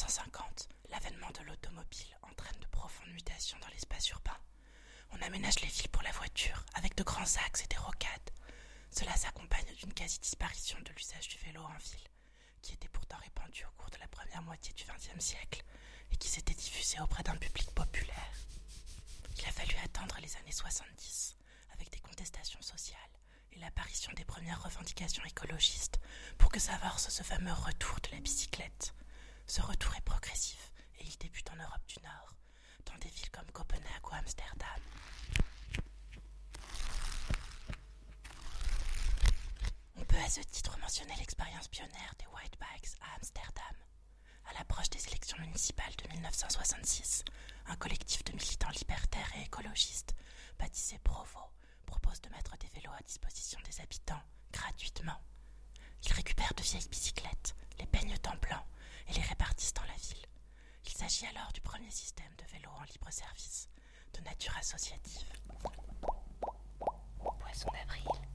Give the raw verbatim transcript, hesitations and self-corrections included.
cinquante, l'avènement de l'automobile entraîne de profondes mutations dans l'espace urbain. On aménage les villes pour la voiture, avec de grands axes et des rocades. Cela s'accompagne d'une quasi-disparition de l'usage du vélo en ville, qui était pourtant répandu au cours de la première moitié du vingtième siècle et qui s'était diffusé auprès d'un public populaire. Il a fallu attendre les années soixante-dix, avec des contestations sociales et l'apparition des premières revendications écologistes, pour que s'amorce ce fameux retour de la bicyclette. Ce retour est progressif et il débute en Europe du Nord, dans des villes comme Copenhague ou Amsterdam. On peut à ce titre mentionner l'expérience pionnière des White Bikes à Amsterdam. À l'approche des élections municipales de mille neuf cent soixante-six, un collectif de militants libertaires et écologistes, baptisé Provo, propose de mettre des vélos à disposition des habitants, gratuitement. Ils récupèrent de vieilles bicyclettes, les peignent en blanc et les répartissent dans la ville. Il s'agit alors du premier système de vélos en libre service, de nature associative. Poisson d'avril.